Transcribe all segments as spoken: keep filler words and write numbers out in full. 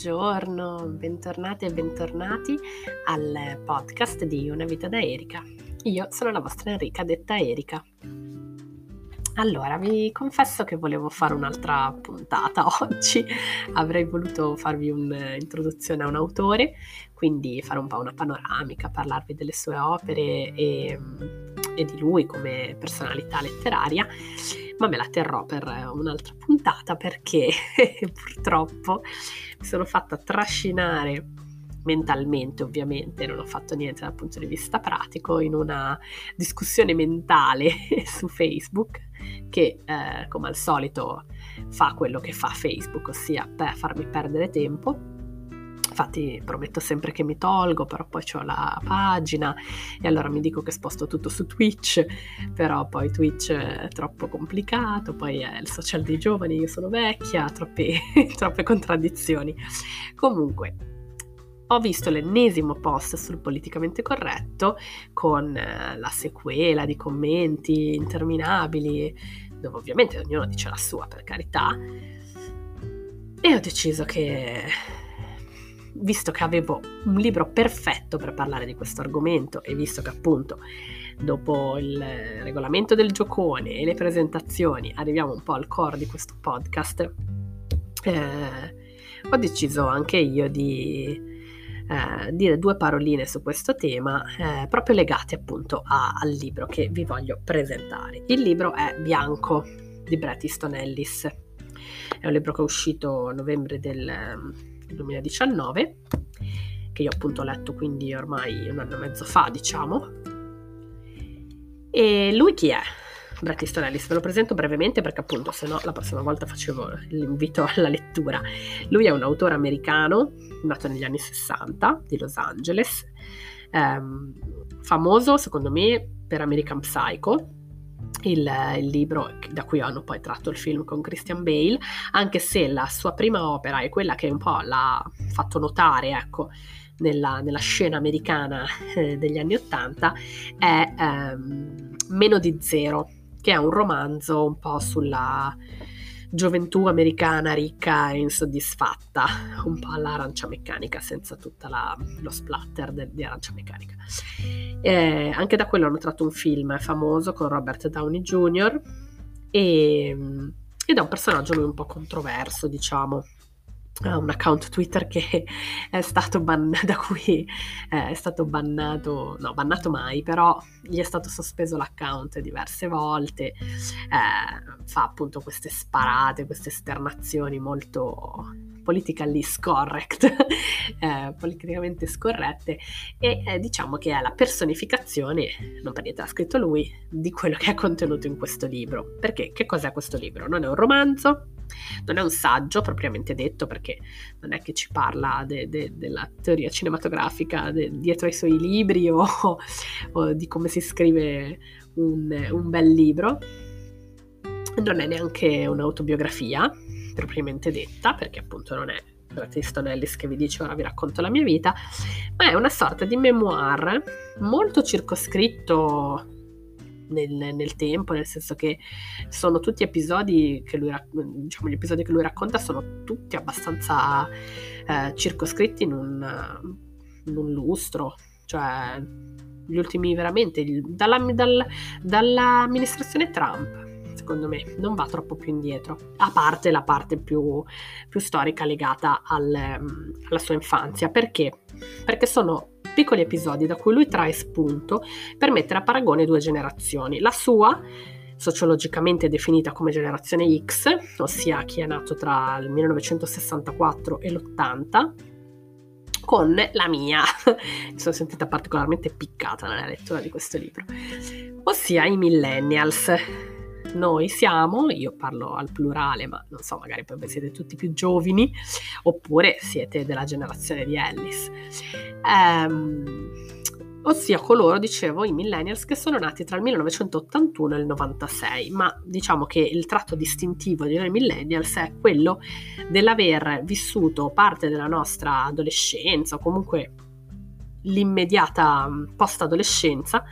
Buongiorno, bentornati e bentornati al podcast di Una vita da Erika. Io sono la vostra Enrica, detta Erika. Allora, vi confesso che volevo fare un'altra puntata oggi. Avrei voluto farvi un'introduzione a un autore, quindi fare un po' una panoramica, parlarvi delle sue opere e, e di lui come personalità letteraria, ma me la terrò per un'altra puntata perché purtroppo mi sono fatta trascinare mentalmente, ovviamente non ho fatto niente dal punto di vista pratico, in una discussione mentale su Facebook che eh, come al solito fa quello che fa Facebook, ossia per farmi perdere tempo. Infatti prometto sempre che mi tolgo, però poi c'ho la pagina e allora mi dico che sposto tutto su Twitch, però poi Twitch è troppo complicato, poi è il social dei giovani, io sono vecchia, troppe, troppe contraddizioni. Comunque, ho visto l'ennesimo post sul politicamente corretto con la sequela di commenti interminabili, dove ovviamente ognuno dice la sua, per carità, e ho deciso che, visto che avevo un libro perfetto per parlare di questo argomento e visto che appunto dopo il regolamento del giocone e le presentazioni arriviamo un po' al core di questo podcast, eh, ho deciso anche io di eh, dire due paroline su questo tema, eh, proprio legate appunto a, al libro che vi voglio presentare. Il libro è Bianco di Bret Easton Ellis, è un libro che è uscito a novembre del duemiladiciannove, che io appunto ho letto quindi ormai un anno e mezzo fa, diciamo. E lui chi è? Bret Easton Ellis, ve lo presento brevemente perché appunto se no la prossima volta facevo l'invito alla lettura. Lui è un autore americano nato negli anni sessanta di Los Angeles, ehm, famoso secondo me per American Psycho, Il, il libro da cui hanno poi tratto il film con Christian Bale, anche se la sua prima opera è quella che un po' l'ha fatto notare, ecco, nella, nella scena americana eh, degli anni Ottanta, è ehm, Meno di Zero, che è un romanzo un po' sulla gioventù americana ricca e insoddisfatta, un po' all'Arancia Meccanica, senza tutta la, lo splatter de, di Arancia Meccanica. Eh, anche da quello hanno tratto un film famoso con Robert Downey junior e, ed è un personaggio lui un po' controverso, diciamo. Ha un account Twitter che è stato ban- da cui eh, è stato bannato, no bannato mai, però gli è stato sospeso l'account diverse volte, eh, fa appunto queste sparate, queste esternazioni molto politically scorrect, eh, politicamente scorrette, e eh, diciamo che è la personificazione, non per niente l'ha scritto lui, di quello che è contenuto in questo libro. Perché che cos'è questo libro? Non è un romanzo, non è un saggio propriamente detto, perché non è che ci parla de, de, della teoria cinematografica de, dietro ai suoi libri o, o di come si scrive un, un bel libro. Non è neanche un'autobiografia propriamente detta, perché appunto non è Bret Easton Ellis che vi dice ora vi racconto la mia vita, ma è una sorta di memoir molto circoscritto nel, nel tempo, nel senso che sono tutti episodi che lui diciamo gli episodi che lui racconta sono tutti abbastanza eh, circoscritti in un, in un lustro, cioè gli ultimi veramente dalla, dal, dall'amministrazione Trump, secondo me non va troppo più indietro, a parte la parte più, più storica legata al, alla sua infanzia. Perché? Perché sono piccoli episodi da cui lui trae spunto per mettere a paragone due generazioni, la sua sociologicamente definita come generazione X, ossia chi è nato tra il millenovecentosessantaquattro e l'ottanta, con la mia. Mi sono sentita particolarmente piccata nella lettura di questo libro, ossia i millennials. Noi siamo, io parlo al plurale, ma non so, magari poi siete tutti più giovani oppure siete della generazione di Ellis, ehm, ossia coloro, dicevo, i millennials che sono nati tra il millenovecentottantuno e il novantasei, ma diciamo che il tratto distintivo di noi millennials è quello dell'aver vissuto parte della nostra adolescenza o comunque l'immediata post-adolescenza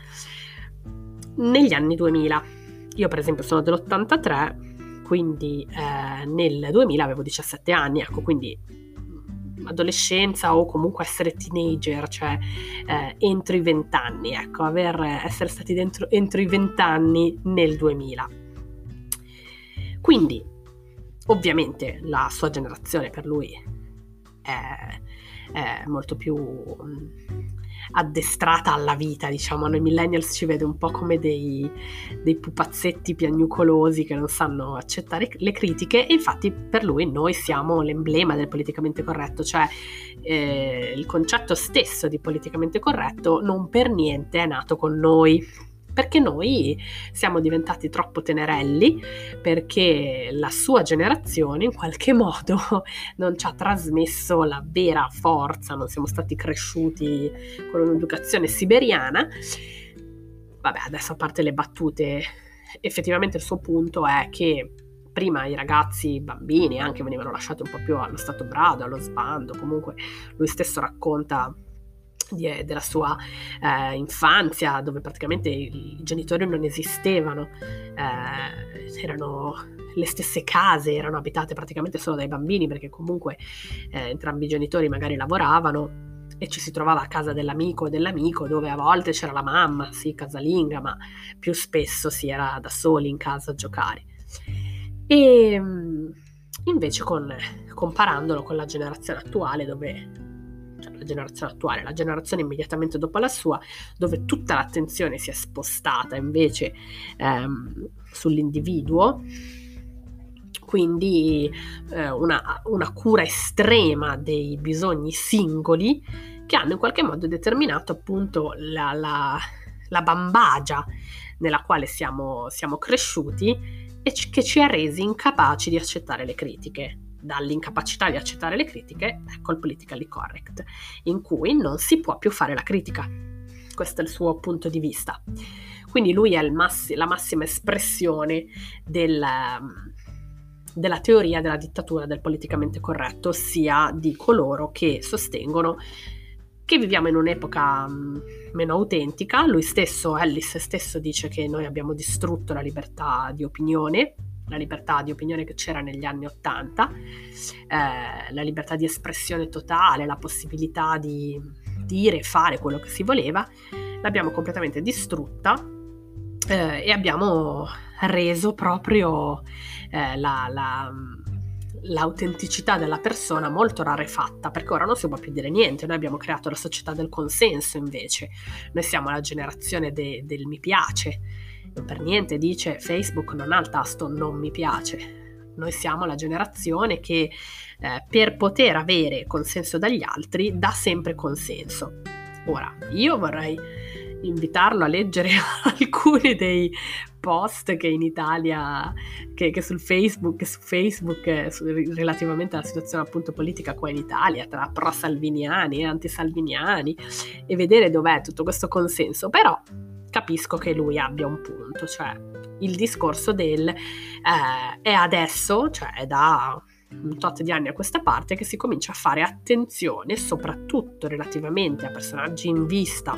negli anni duemila. Io per esempio sono dell'ottantatré, quindi eh, nel duemila avevo diciassette anni, ecco, quindi adolescenza o comunque essere teenager, cioè eh, entro i vent'anni, ecco, aver, essere stati dentro entro i vent'anni nel duemila. Quindi ovviamente la sua generazione per lui è, è molto più addestrata alla vita, diciamo. Noi millennials ci vede un po' come dei, dei pupazzetti piagnucolosi che non sanno accettare le critiche, e infatti per lui noi siamo l'emblema del politicamente corretto, cioè eh, il concetto stesso di politicamente corretto non per niente è nato con noi, perché noi siamo diventati troppo tenerelli, perché la sua generazione in qualche modo non ci ha trasmesso la vera forza, non siamo stati cresciuti con un'educazione siberiana. Vabbè, adesso a parte le battute, effettivamente il suo punto è che prima i ragazzi, i bambini anche venivano lasciati un po' più allo stato brado, allo sbando. Comunque lui stesso racconta di, della sua eh, infanzia, dove praticamente i, i genitori non esistevano, eh, erano le stesse case, erano abitate praticamente solo dai bambini, perché comunque eh, entrambi i genitori magari lavoravano e ci si trovava a casa dell'amico o dell'amico, dove a volte c'era la mamma, sì, casalinga, ma più spesso si era da soli in casa a giocare. E invece con, comparandolo con la generazione attuale, dove cioè la generazione attuale, la generazione immediatamente dopo la sua, dove tutta l'attenzione si è spostata invece ehm, sull'individuo, quindi eh, una, una cura estrema dei bisogni singoli, che hanno in qualche modo determinato appunto la, la, la bambagia nella quale siamo, siamo cresciuti, e c- che ci ha resi incapaci di accettare le critiche. Dall'incapacità di accettare le critiche, ecco il politically correct, in cui non si può più fare la critica. Questo è il suo punto di vista. Quindi lui è il massi- la massima espressione del, della teoria della dittatura del politicamente corretto, ossia di coloro che sostengono che viviamo in un'epoca mh, meno autentica. Lui stesso, Ellis stesso, dice che noi abbiamo distrutto la libertà di opinione, la libertà di opinione che c'era negli anni Ottanta, eh, la libertà di espressione totale, la possibilità di dire e fare quello che si voleva, l'abbiamo completamente distrutta eh, e abbiamo reso proprio eh, la, la, l'autenticità della persona molto rarefatta, perché ora non si può più dire niente. Noi abbiamo creato la società del consenso, invece noi siamo la generazione de, del mi piace. Non per niente dice Facebook non ha il tasto non mi piace. Noi siamo la generazione che eh, per poter avere consenso dagli altri dà sempre consenso. Ora, io vorrei invitarlo a leggere alcuni dei post che in Italia, che, che sul Facebook, che su Facebook eh, su, relativamente alla situazione appunto politica qua in Italia, tra pro-salviniani e anti-salviniani, e vedere dov'è tutto questo consenso. Però capisco che lui abbia un punto, cioè il discorso del eh, è adesso, cioè è da un tot di anni a questa parte che si comincia a fare attenzione soprattutto relativamente a personaggi in vista,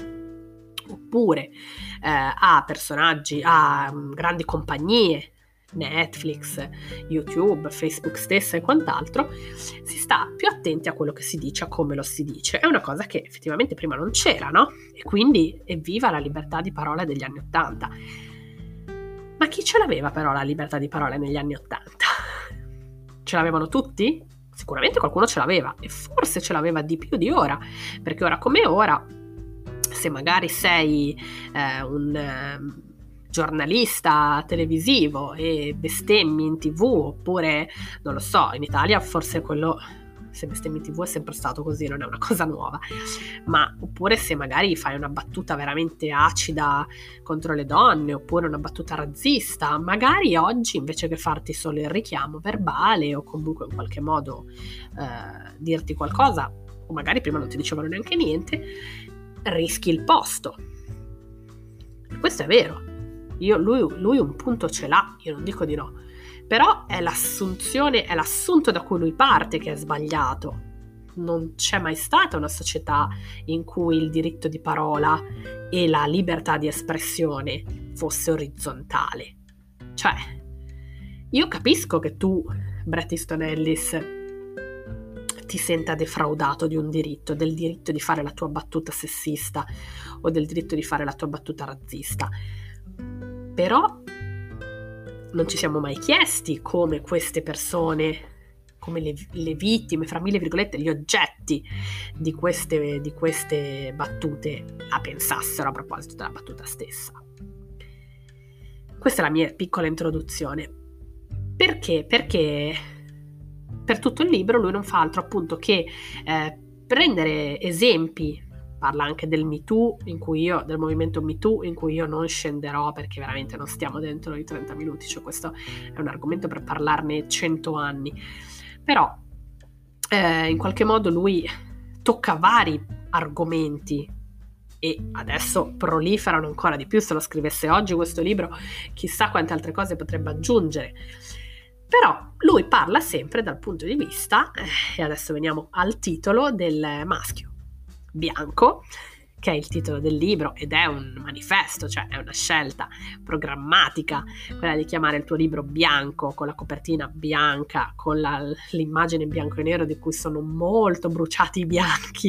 oppure eh, a personaggi, a um, grandi compagnie, Netflix, YouTube, Facebook stessa e quant'altro. Si sta più attenti a quello che si dice, a come lo si dice. È una cosa che effettivamente prima non c'era, no? E quindi evviva la libertà di parola degli anni Ottanta. Ma chi ce l'aveva però la libertà di parola negli anni Ottanta? Ce l'avevano tutti? Sicuramente qualcuno ce l'aveva, e forse ce l'aveva di più di ora, perché ora come ora, se magari sei eh, un eh, giornalista televisivo e bestemmi in tv, oppure non lo so, in Italia forse quello, se bestemmi in tv è sempre stato così, non è una cosa nuova, ma oppure se magari fai una battuta veramente acida contro le donne, oppure una battuta razzista, magari oggi invece che farti solo il richiamo verbale o comunque in qualche modo eh, dirti qualcosa, o magari prima non ti dicevano neanche niente, rischi il posto. Questo è vero. Io, lui, lui un punto ce l'ha, io non dico di no, però è l'assunzione, è l'assunto da cui lui parte che è sbagliato. Non c'è mai stata una società in cui il diritto di parola e la libertà di espressione fosse orizzontale. Cioè, io capisco che tu, Bret Easton Ellis, ti senta defraudato di un diritto, del diritto di fare la tua battuta sessista o del diritto di fare la tua battuta razzista. Però non ci siamo mai chiesti come queste persone, come le, le vittime, fra mille virgolette, gli oggetti di queste, di queste battute la pensassero a proposito della battuta stessa. Questa è la mia piccola introduzione. Perché? Perché per tutto il libro lui non fa altro appunto che eh, prendere esempi. Parla anche del Me Too, in cui io, del movimento Me Too, in cui io non scenderò perché veramente non stiamo dentro i trenta minuti, cioè questo è un argomento per parlarne cento anni. Però eh, in qualche modo lui tocca vari argomenti e adesso proliferano ancora di più. Se lo scrivesse oggi questo libro, chissà quante altre cose potrebbe aggiungere. Però lui parla sempre dal punto di vista, eh, e adesso veniamo al titolo, del maschio bianco, che è il titolo del libro ed è un manifesto, cioè è una scelta programmatica, quella di chiamare il tuo libro bianco, con la copertina bianca, con la, l'immagine in bianco e nero di cui sono molto bruciati i bianchi,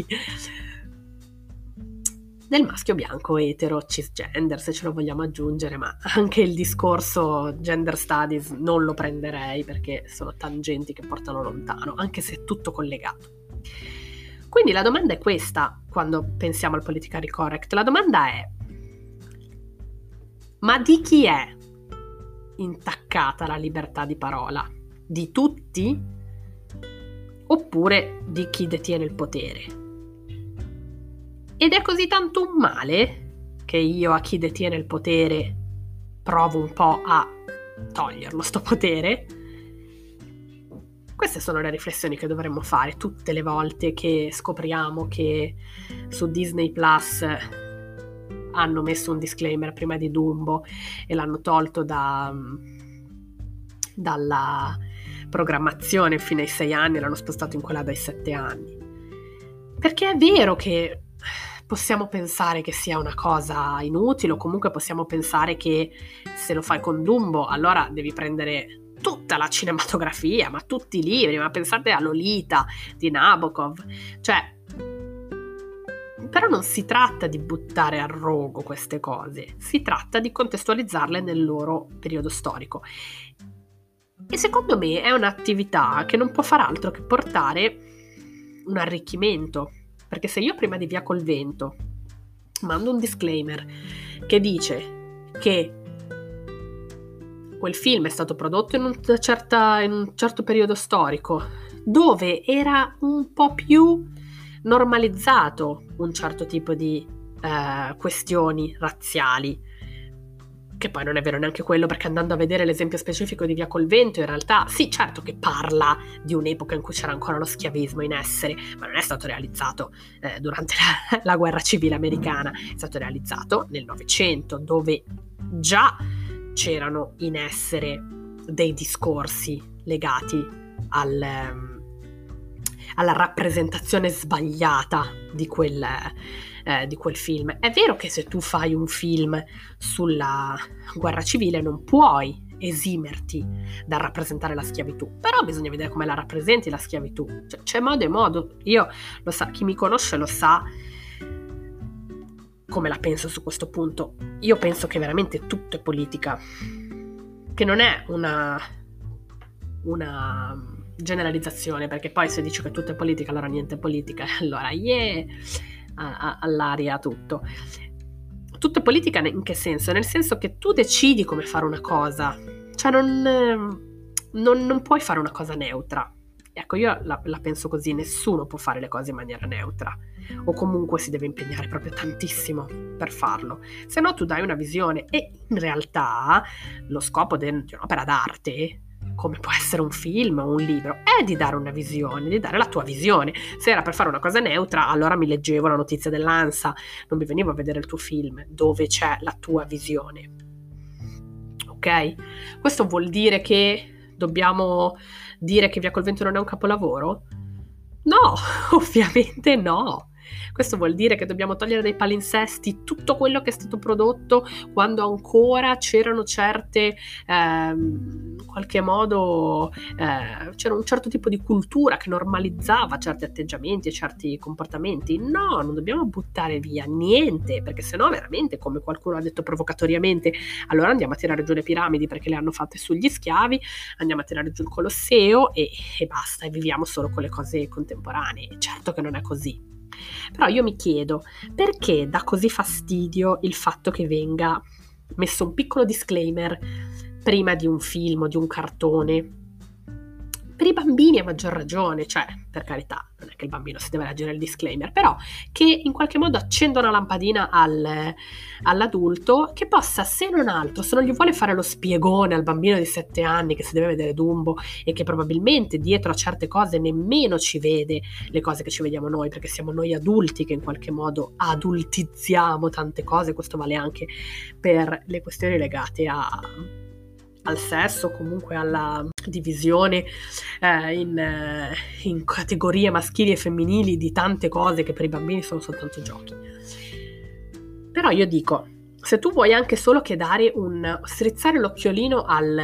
del maschio bianco etero cisgender, se ce lo vogliamo aggiungere, ma anche il discorso gender studies non lo prenderei perché sono tangenti che portano lontano, anche se è tutto collegato. Quindi la domanda è questa, quando pensiamo al politically correct, la domanda è: ma di chi è intaccata la libertà di parola? Di tutti? Oppure di chi detiene il potere? Ed è così tanto un male che io a chi detiene il potere provo un po' a toglierlo sto potere? Queste sono le riflessioni che dovremmo fare tutte le volte che scopriamo che su Disney Plus hanno messo un disclaimer prima di Dumbo e l'hanno tolto da, dalla programmazione fino ai sei anni e l'hanno spostato in quella dai sette anni. Perché è vero che possiamo pensare che sia una cosa inutile, o comunque possiamo pensare che se lo fai con Dumbo allora devi prendere tutta la cinematografia, ma tutti i libri, ma pensate a Lolita di Nabokov, cioè, però non si tratta di buttare a rogo queste cose, si tratta di contestualizzarle nel loro periodo storico. E secondo me è un'attività che non può far altro che portare un arricchimento, perché se io prima di Via col Vento mando un disclaimer che dice che quel film è stato prodotto in un, certa, in un certo periodo storico dove era un po' più normalizzato un certo tipo di eh, questioni razziali, che poi non è vero neanche quello, perché andando a vedere l'esempio specifico di Via col Vento in realtà sì, certo che parla di un'epoca in cui c'era ancora lo schiavismo in essere, ma non è stato realizzato eh, durante la, la guerra civile americana, è stato realizzato nel Novecento, dove già c'erano in essere dei discorsi legati al, um, alla rappresentazione sbagliata di quel, eh, di quel film. È vero che se tu fai un film sulla guerra civile non puoi esimerti dal rappresentare la schiavitù, però bisogna vedere come la rappresenti la schiavitù, cioè, c'è modo e modo. Io lo sa, chi mi conosce lo sa come la penso su questo punto. Io penso che veramente tutto è politica, che non è una una generalizzazione, perché poi se dici che tutto è politica allora niente è politica, allora yeah, a, a, all'aria tutto. Tutto è politica in che senso? Nel senso che tu decidi come fare una cosa, cioè non, non, non puoi fare una cosa neutra. Ecco, io la, la penso così, nessuno può fare le cose in maniera neutra, o comunque si deve impegnare proprio tantissimo per farlo, se no tu dai una visione, e in realtà lo scopo di un'opera d'arte, come può essere un film o un libro, è di dare una visione, di dare la tua visione. Se era per fare una cosa neutra, allora mi leggevo la notizia dell'ANSA, non mi venivo a vedere il tuo film dove c'è la tua visione. Ok? Questo vuol dire che dobbiamo dire che Via col Vento non è un capolavoro? No, ovviamente no. Questo vuol dire che dobbiamo togliere dai palinsesti tutto quello che è stato prodotto quando ancora c'erano certe, ehm, in qualche modo, eh, c'era un certo tipo di cultura che normalizzava certi atteggiamenti e certi comportamenti. No, non dobbiamo buttare via niente, perché sennò veramente, come qualcuno ha detto provocatoriamente, allora andiamo a tirare giù le piramidi perché le hanno fatte sugli schiavi, andiamo a tirare giù il Colosseo e, e basta, e viviamo solo con le cose contemporanee. Certo che non è così. Però io mi chiedo, perché dà così fastidio il fatto che venga messo un piccolo disclaimer prima di un film o di un cartone? Per i bambini a maggior ragione, cioè, per carità, non è che il bambino si deve leggere il disclaimer, però che in qualche modo accenda una lampadina al, all'adulto che possa, se non altro, se non gli vuole fare lo spiegone al bambino di sette anni che si deve vedere Dumbo e che probabilmente dietro a certe cose nemmeno ci vede le cose che ci vediamo noi, perché siamo noi adulti che in qualche modo adultizziamo tante cose. Questo vale anche per le questioni legate a... al sesso, comunque alla divisione eh, in, eh, in categorie maschili e femminili di tante cose che per i bambini sono soltanto giochi. Però io dico, se tu vuoi anche solo che dare un strizzare l'occhiolino al,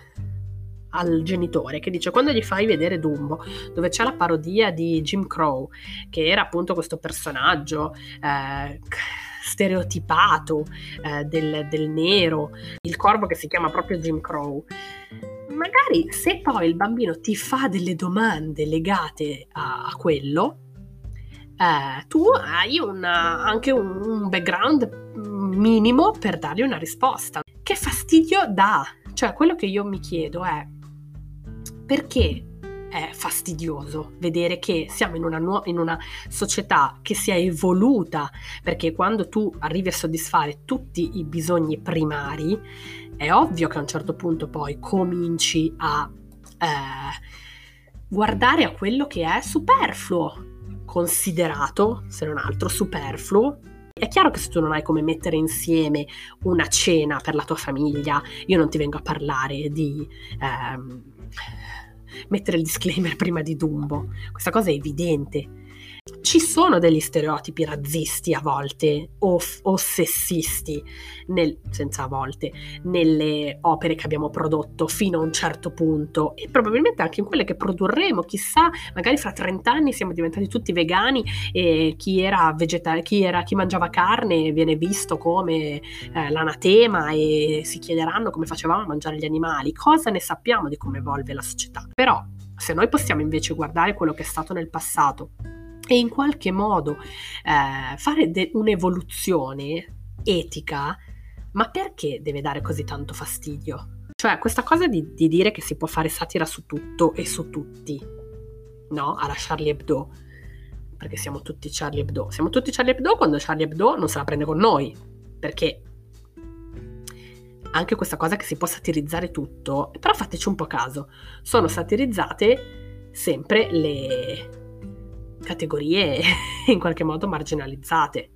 al genitore che dice, quando gli fai vedere Dumbo, dove c'è la parodia di Jim Crow, che era appunto questo personaggio eh, stereotipato eh, del, del nero, il corvo che si chiama proprio Jim Crow, magari se poi il bambino ti fa delle domande legate a, a quello, eh, tu hai una, anche un, un background minimo per dargli una risposta. Che fastidio dà? Cioè, quello che io mi chiedo è, perché è fastidioso vedere che siamo in una, nu- in una società che si è evoluta, perché quando tu arrivi a soddisfare tutti i bisogni primari, è ovvio che a un certo punto poi cominci a eh, guardare a quello che è superfluo, considerato, se non altro, superfluo. È chiaro che se tu non hai come mettere insieme una cena per la tua famiglia, io non ti vengo a parlare di ehm, mettere il disclaimer prima di Dumbo. Questa cosa è evidente. Ci sono degli stereotipi razzisti a volte o, o sessisti, nel, senza a volte, nelle opere che abbiamo prodotto fino a un certo punto, e probabilmente anche in quelle che produrremo. Chissà, magari fra trenta anni siamo diventati tutti vegani e chi era vegetariano, chi, era, chi mangiava carne viene visto come eh, l'anatema e si chiederanno come facevamo a mangiare gli animali. Cosa ne sappiamo di come evolve la società? Però se noi possiamo invece guardare quello che è stato nel passato e in qualche modo eh, fare de- un'evoluzione etica, ma perché deve dare così tanto fastidio? Cioè, questa cosa di, di dire che si può fare satira su tutto e su tutti, no? Alla Charlie Hebdo, perché siamo tutti Charlie Hebdo. Siamo tutti Charlie Hebdo quando Charlie Hebdo non se la prende con noi, perché anche questa cosa che si può satirizzare tutto, però fateci un po' caso, sono satirizzate sempre le categorie in qualche modo marginalizzate,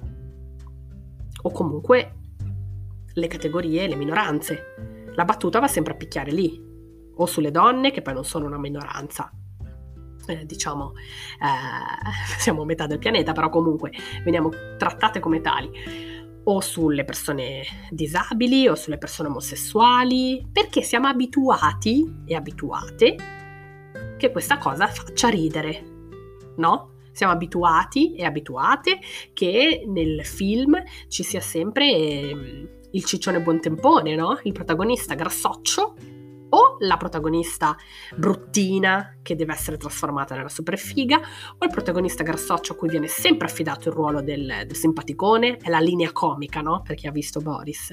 o comunque le categorie, le minoranze. La battuta va sempre a picchiare lì, o sulle donne che poi non sono una minoranza, eh, diciamo eh, siamo metà del pianeta, però comunque veniamo trattate come tali, o sulle persone disabili o sulle persone omosessuali, perché siamo abituati e abituate che questa cosa faccia ridere. No? Siamo abituati e abituate che nel film ci sia sempre eh, il ciccione buontempone, no? Il protagonista grassoccio o la protagonista bruttina che deve essere trasformata nella superfiga, o il protagonista grassoccio a cui viene sempre affidato il ruolo del, del simpaticone. È la linea comica, no? Per chi ha visto Boris.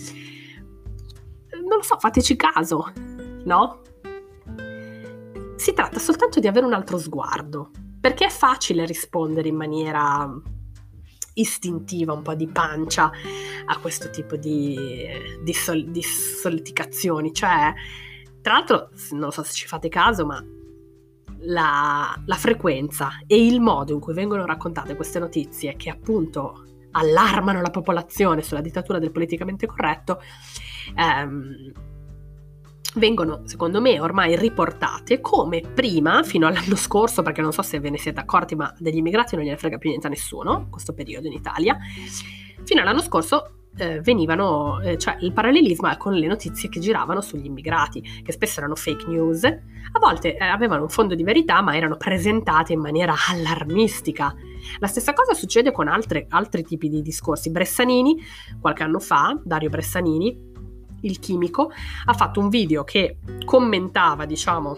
Non lo so, fateci caso, no? Si tratta soltanto di avere un altro sguardo, perché è facile rispondere in maniera istintiva, un po' di pancia, a questo tipo di, di, sol, di solleticazioni. Cioè, tra l'altro, non so se ci fate caso, ma la, la frequenza e il modo in cui vengono raccontate queste notizie, che appunto allarmano la popolazione sulla dittatura del politicamente corretto, ehm, vengono, secondo me, ormai riportate come prima, fino all'anno scorso, perché non so se ve ne siete accorti, ma degli immigrati non gliene frega più niente a nessuno, questo periodo in Italia, fino all'anno scorso eh, venivano, eh, cioè il parallelismo è con le notizie che giravano sugli immigrati, che spesso erano fake news, a volte eh, avevano un fondo di verità, ma erano presentate in maniera allarmistica. La stessa cosa succede con altre, altri tipi di discorsi. Bressanini, qualche anno fa, Dario Bressanini, il chimico, ha fatto un video che commentava, diciamo,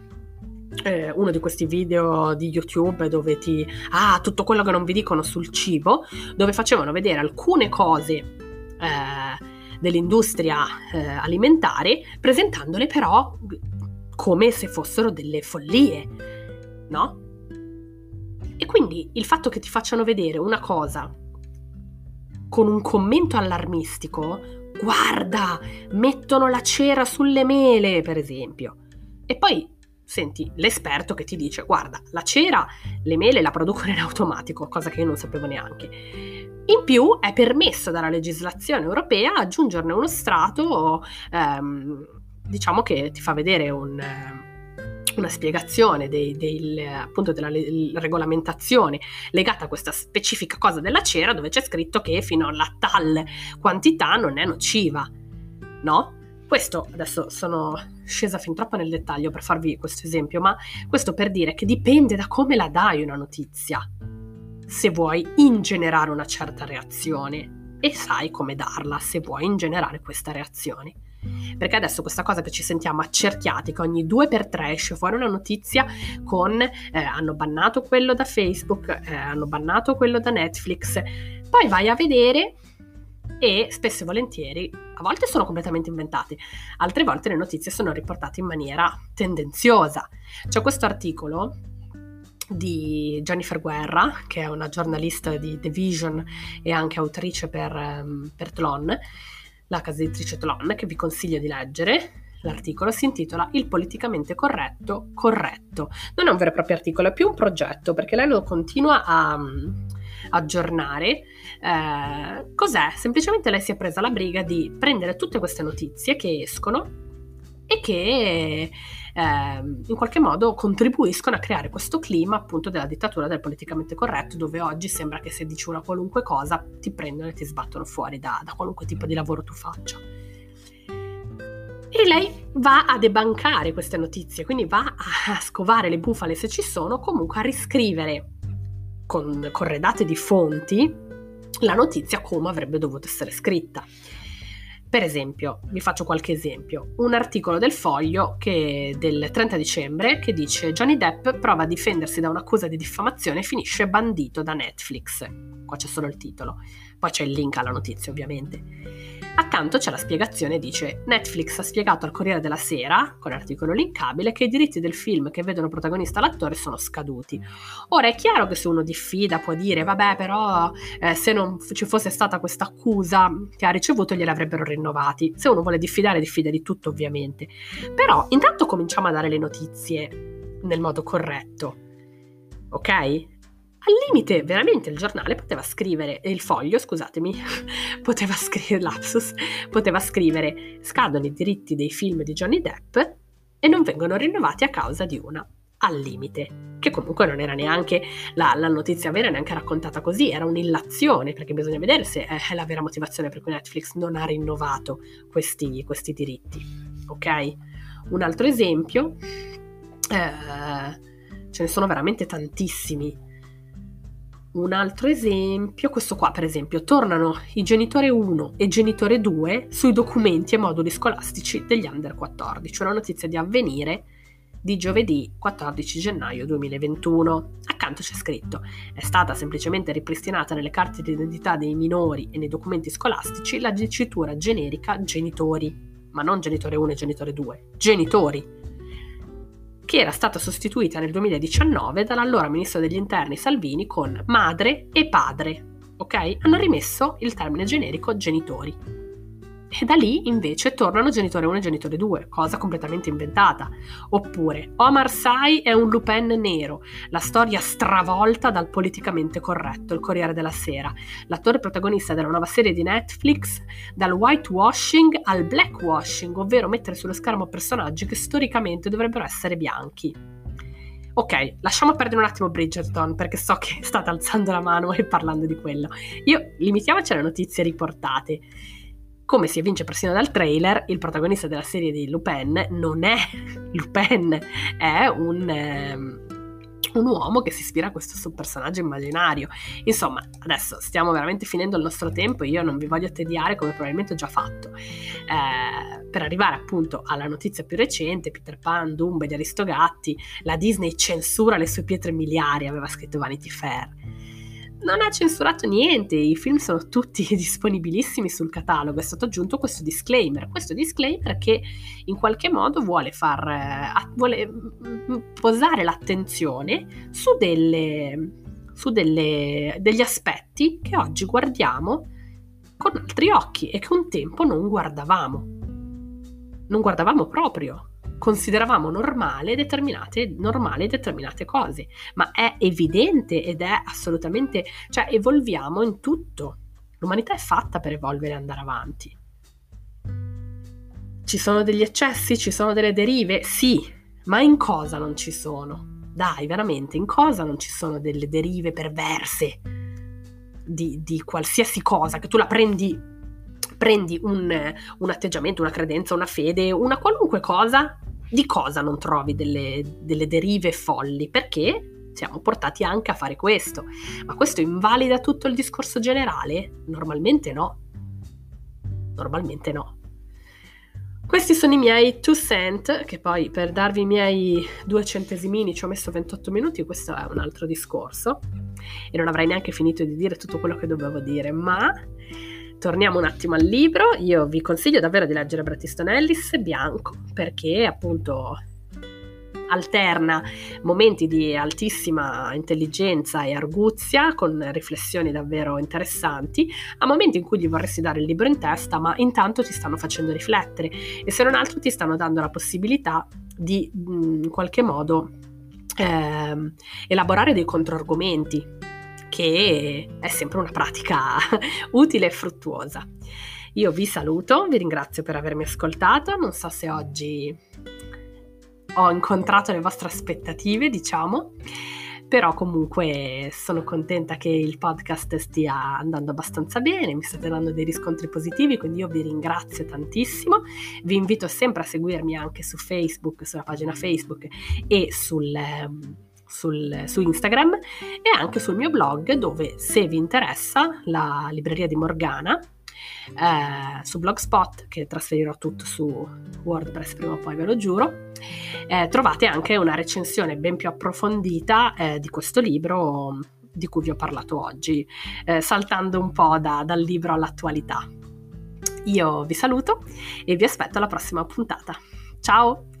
eh, uno di questi video di YouTube dove ti ah tutto quello che non vi dicono sul cibo, dove facevano vedere alcune cose eh, dell'industria eh, alimentare, presentandole però come se fossero delle follie, no? E quindi il fatto che ti facciano vedere una cosa con un commento allarmistico, guarda, mettono la cera sulle mele, per esempio, e poi senti l'esperto che ti dice, guarda, la cera, le mele la producono in automatico, cosa che io non sapevo neanche. In più è permesso dalla legislazione europea aggiungerne uno strato, ehm, diciamo che ti fa vedere un... una spiegazione dei, dei, appunto della le, regolamentazione legata a questa specifica cosa della cera, dove c'è scritto che fino alla tal quantità non è nociva, no? Questo, adesso sono scesa fin troppo nel dettaglio per farvi questo esempio, ma questo per dire che dipende da come la dai una notizia, se vuoi ingenerare una certa reazione, e sai come darla se vuoi ingenerare questa reazione. Perché adesso questa cosa che ci sentiamo accerchiati, che ogni due per tre esce fuori una notizia con eh, hanno bannato quello da Facebook, eh, hanno bannato quello da Netflix, poi vai a vedere e spesso e volentieri, a volte sono completamente inventate, altre volte le notizie sono riportate in maniera tendenziosa. C'è questo articolo di Jennifer Guerra, che è una giornalista di The Vision e anche autrice per, um, per Tlon, la casa editrice Tlon, che vi consiglio di leggere. L'articolo si intitola Il politicamente corretto corretto. Non è un vero e proprio articolo, è più un progetto, perché lei lo continua a um, aggiornare. Eh, cos'è? Semplicemente lei si è presa la briga di prendere tutte queste notizie che escono e che eh, in qualche modo contribuiscono a creare questo clima appunto della dittatura del politicamente corretto, dove oggi sembra che se dici una qualunque cosa ti prendono e ti sbattono fuori da, da qualunque tipo di lavoro tu faccia. E lei va a debancare queste notizie, quindi va a scovare le bufale se ci sono, comunque a riscrivere con corredate di fonti la notizia come avrebbe dovuto essere scritta. Per esempio, vi faccio qualche esempio, un articolo del Foglio che del trenta dicembre che dice Johnny Depp prova a difendersi da un'accusa di diffamazione e finisce bandito da Netflix. Qua c'è solo il titolo, poi c'è il link alla notizia ovviamente. Accanto c'è la spiegazione, dice Netflix ha spiegato al Corriere della Sera, con l'articolo linkabile, che i diritti del film che vedono protagonista l'attore sono scaduti. Ora è chiaro che se uno diffida può dire vabbè però eh, se non ci fosse stata questa accusa che ha ricevuto glieli avrebbero rinnovati. Se uno vuole diffidare diffida di tutto ovviamente. Però intanto cominciamo a dare le notizie nel modo corretto, ok? Al limite, veramente il giornale poteva scrivere, il Foglio, scusatemi, poteva scrivere, lapsus, poteva scrivere scadono i diritti dei film di Johnny Depp e non vengono rinnovati a causa di una, al limite, che comunque non era neanche la, la notizia vera, neanche raccontata così, era un'illazione, perché bisogna vedere se è la vera motivazione per cui Netflix non ha rinnovato questi, questi diritti, ok? Un altro esempio, eh, ce ne sono veramente tantissimi. Un altro esempio, questo qua per esempio, tornano i genitore uno e genitore due sui documenti e moduli scolastici degli under quattordici, una notizia di Avvenire di giovedì quattordici gennaio duemilaventuno. Accanto c'è scritto: è stata semplicemente ripristinata nelle carte di identità dei minori e nei documenti scolastici la dicitura generica genitori, ma non genitore uno e genitore due, genitori, che era stata sostituita nel duemiladiciannove dall'allora ministro degli interni Salvini con madre e padre, ok? Hanno rimesso il termine generico genitori. E da lì invece tornano genitore uno e genitore due, cosa completamente inventata. Oppure Omar Sy è un Lupin nero, la storia stravolta dal politicamente corretto, il Corriere della Sera. L'attore protagonista della nuova serie di Netflix, dal whitewashing al blackwashing, ovvero mettere sullo schermo personaggi che storicamente dovrebbero essere bianchi. Ok, lasciamo perdere un attimo Bridgerton, perché so che state alzando la mano e parlando di quello. Io limitiamoci alle notizie riportate. Come si evince persino dal trailer, il protagonista della serie di Lupin non è Lupin, è un, ehm, un uomo che si ispira a questo suo personaggio immaginario. Insomma, adesso stiamo veramente finendo il nostro tempo e io non vi voglio tediare, come probabilmente ho già fatto. Eh, per arrivare appunto alla notizia più recente, Peter Pan, Dumbo e gli Aristogatti, la Disney censura le sue pietre miliari, aveva scritto Vanity Fair. Non ha censurato niente, i film sono tutti disponibilissimi sul catalogo, è stato aggiunto questo disclaimer, questo disclaimer che in qualche modo vuole far eh, vuole posare l'attenzione su delle su delle, degli aspetti che oggi guardiamo con altri occhi e che un tempo non guardavamo. Non guardavamo proprio. Consideravamo normale determinate, normali determinate cose, ma è evidente ed è assolutamente, cioè evolviamo in tutto. L'umanità è fatta per evolvere e andare avanti. Ci sono degli eccessi, ci sono delle derive? Sì, ma in cosa non ci sono? Dai, veramente, in cosa non ci sono delle derive perverse di, di qualsiasi cosa, che tu la prendi, prendi un, un atteggiamento, una credenza, una fede, una qualunque cosa. Di cosa non trovi delle, delle derive folli? Perché siamo portati anche a fare questo. Ma questo invalida tutto il discorso generale? Normalmente no. Normalmente no. Questi sono i miei two cent, che poi per darvi i miei due centesimini ci ho messo ventotto minuti, questo è un altro discorso. E non avrei neanche finito di dire tutto quello che dovevo dire, ma... Torniamo un attimo al libro. Io vi consiglio davvero di leggere Bret Easton Ellis bianco, perché appunto alterna momenti di altissima intelligenza e arguzia con riflessioni davvero interessanti a momenti in cui gli vorresti dare il libro in testa, ma intanto ti stanno facendo riflettere e se non altro ti stanno dando la possibilità di in qualche modo eh, elaborare dei controargomenti, che è sempre una pratica utile e fruttuosa. Io vi saluto, vi ringrazio per avermi ascoltato, non so se oggi ho incontrato le vostre aspettative, diciamo, però comunque sono contenta che il podcast stia andando abbastanza bene, mi state dando dei riscontri positivi, quindi io vi ringrazio tantissimo. Vi invito sempre a seguirmi anche su Facebook, sulla pagina Facebook e sul... Sul, su Instagram e anche sul mio blog, dove se vi interessa la libreria di Morgana eh, su Blogspot, che trasferirò tutto su WordPress prima o poi, ve lo giuro, eh, trovate anche una recensione ben più approfondita eh, di questo libro di cui vi ho parlato oggi, eh, saltando un po' da, dal libro all'attualità. Io vi saluto e vi aspetto alla prossima puntata. Ciao!